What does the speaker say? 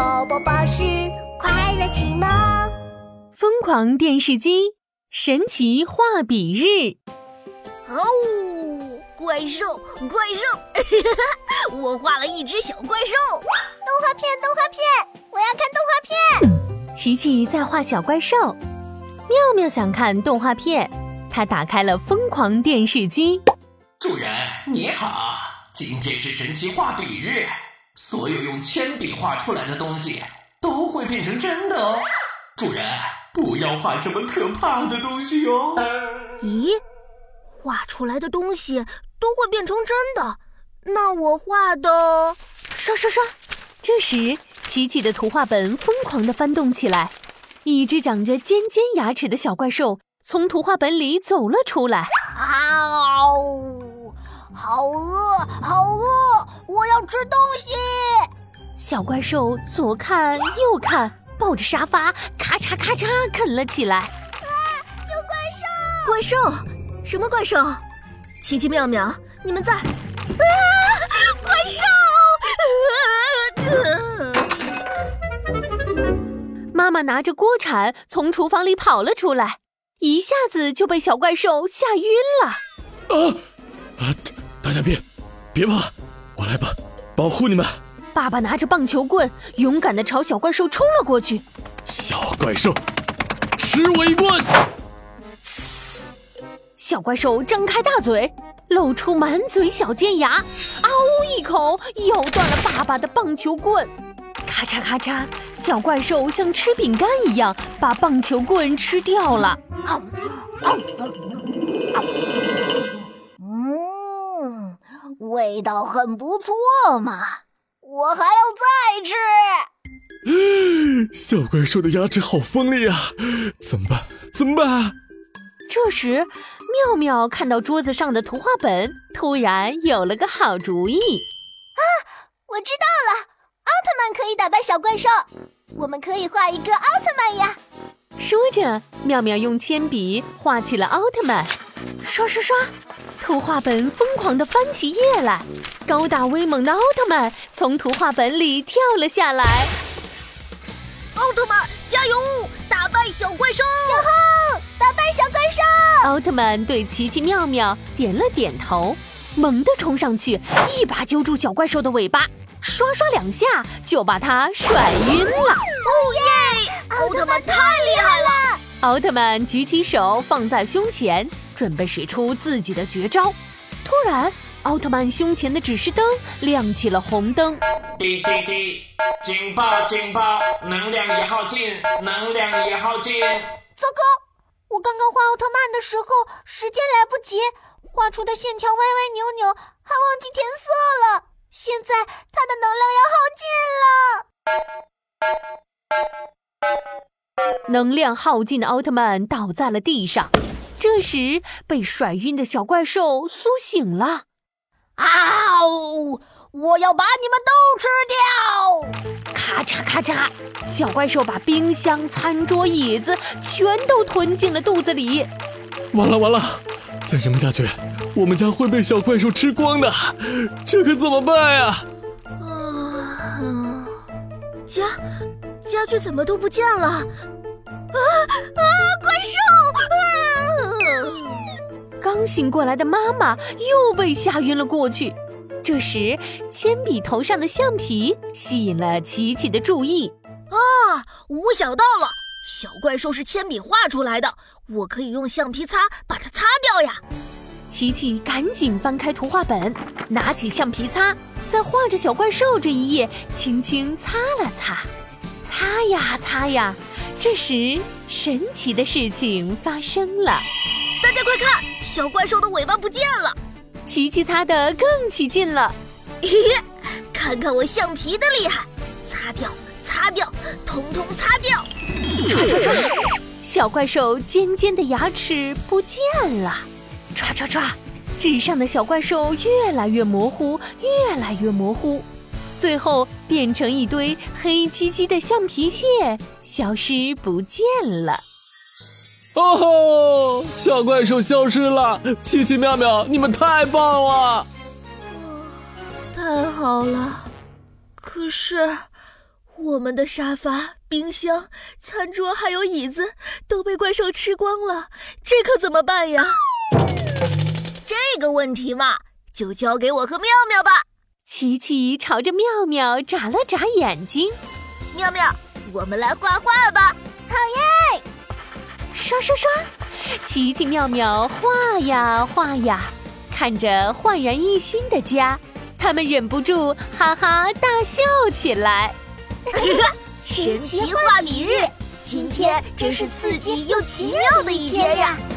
宝宝巴士快乐启蒙。 疯狂电视机，神奇画笔日。 哦，怪兽，我画了一只小怪兽。 动画片，我要看动画片。 琪琪在画小怪兽，妙妙想看动画片，他打开了疯狂电视机。 主人你好，今天是神奇画笔日，所有用铅笔画出来的东西都会变成真的哦。主人，不要画什么可怕的东西哦。 咦，画出来的东西都会变成真的，那我画的…… 刷！这时琪琪的图画本疯狂地翻动起来，一只长着尖尖牙齿的小怪兽从图画本里走了出来。 好饿，我要吃东西。 小怪兽左看右看，抱着沙发咔嚓咔嚓啃了起来。 有怪兽！什么怪兽？奇奇妙妙，你们在？怪兽！ 妈妈拿着锅铲从厨房里跑了出来，一下子就被小怪兽吓晕了。 大家别怕，我来吧，保护你们。 爸爸拿着棒球棍，勇敢地朝小怪兽冲了过去。 小怪兽，吃我一棍！ 小怪兽张开大嘴，露出满嘴小尖牙，嗷一口咬断了爸爸的棒球棍。咔嚓咔嚓，小怪兽像吃饼干一样把棒球棍吃掉了。 味道很不错嘛，我还要再吃。 小怪兽的牙齿好锋利啊，怎么办？ 这时妙妙看到桌子上的图画本，突然有了个好主意。 我知道了，奥特曼可以打败小怪兽，我们可以画一个奥特曼呀。 说着，妙妙用铅笔画起了奥特曼。刷，图画本疯狂地翻起页来，高大威猛的奥特曼从图画本里跳了下来。 奥特曼加油，打败小怪兽！ 哟吼，打败小怪兽！ 奥特曼对奇奇妙妙点了点头，猛地冲上去，一把揪住小怪兽的尾巴，刷两下就把它甩晕了。 奥特曼太厉害了！ 奥特曼举起手放在胸前，准备使出自己的绝招。突然，奥特曼胸前的指示灯亮起了红灯。 滴，警报，能量已耗尽。 糟糕，我刚刚画奥特曼的时候时间来不及，画出的线条歪歪扭扭，还忘记填色了，现在它的能量要耗尽了。 能量耗尽的奥特曼倒在了地上，这时被甩晕的小怪兽苏醒了。 我要把你们都吃掉！ 咔嚓，小怪兽把冰箱、餐桌、椅子全都吞进了肚子里。 完了，再这么下去，我们家会被小怪兽吃光的，这可怎么办呀？ 家具怎么都不见了？怪兽！ 刚醒过来的妈妈又被吓晕了过去。这时，铅笔头上的橡皮吸引了琪琪的注意。 我想到了，小怪兽是铅笔画出来的，我可以用橡皮擦把它擦掉呀。 琪琪赶紧翻开图画本，拿起橡皮擦，在画着小怪兽这一页轻轻擦了擦。擦呀，这时神奇的事情发生了。 大家快看，小怪兽的尾巴不见了。 琪琪擦得更起劲了。 看看我橡皮的厉害，擦掉，统统擦掉。 唰，小怪兽尖尖的牙齿不见了。唰，纸上的小怪兽越来越模糊，最后变成一堆黑漆漆的橡皮屑，消失不见了。 小怪兽消失了！奇奇妙妙，你们太棒了！ 太好了，可是我们的沙发、冰箱、餐桌还有椅子都被怪兽吃光了，这可怎么办呀？这个问题嘛，就交给我和妙妙吧。 琪琪朝着妙妙眨了眨眼睛。 妙妙，我们来画画吧。 好耶！ 刷刷刷，琪琪妙妙画呀画呀，看着焕然一新的家，他们忍不住哈哈大笑起来。 神奇画笔日，今天真是刺激又奇妙的一天呀！